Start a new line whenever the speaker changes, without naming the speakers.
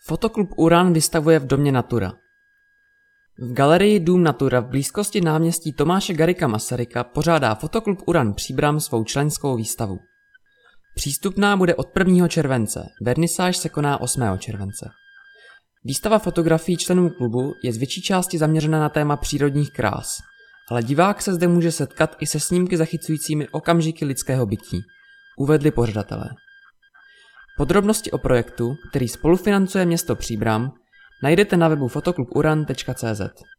Fotoklub Uran vystavuje v domě Natura. V galerii Dům Natura v blízkosti náměstí Tomáše Garrigua Masaryka pořádá Fotoklub Uran Příbram svou členskou výstavu. Přístupná bude od 1. července, vernisáž se koná 8. července. Výstava fotografií členů klubu je z větší části zaměřena na téma přírodních krás, ale divák se zde může setkat i se snímky zachycujícími okamžiky lidského bytí, uvedli pořadatelé. Podrobnosti o projektu, který spolufinancuje město Příbram, najdete na webu fotokluburan.cz.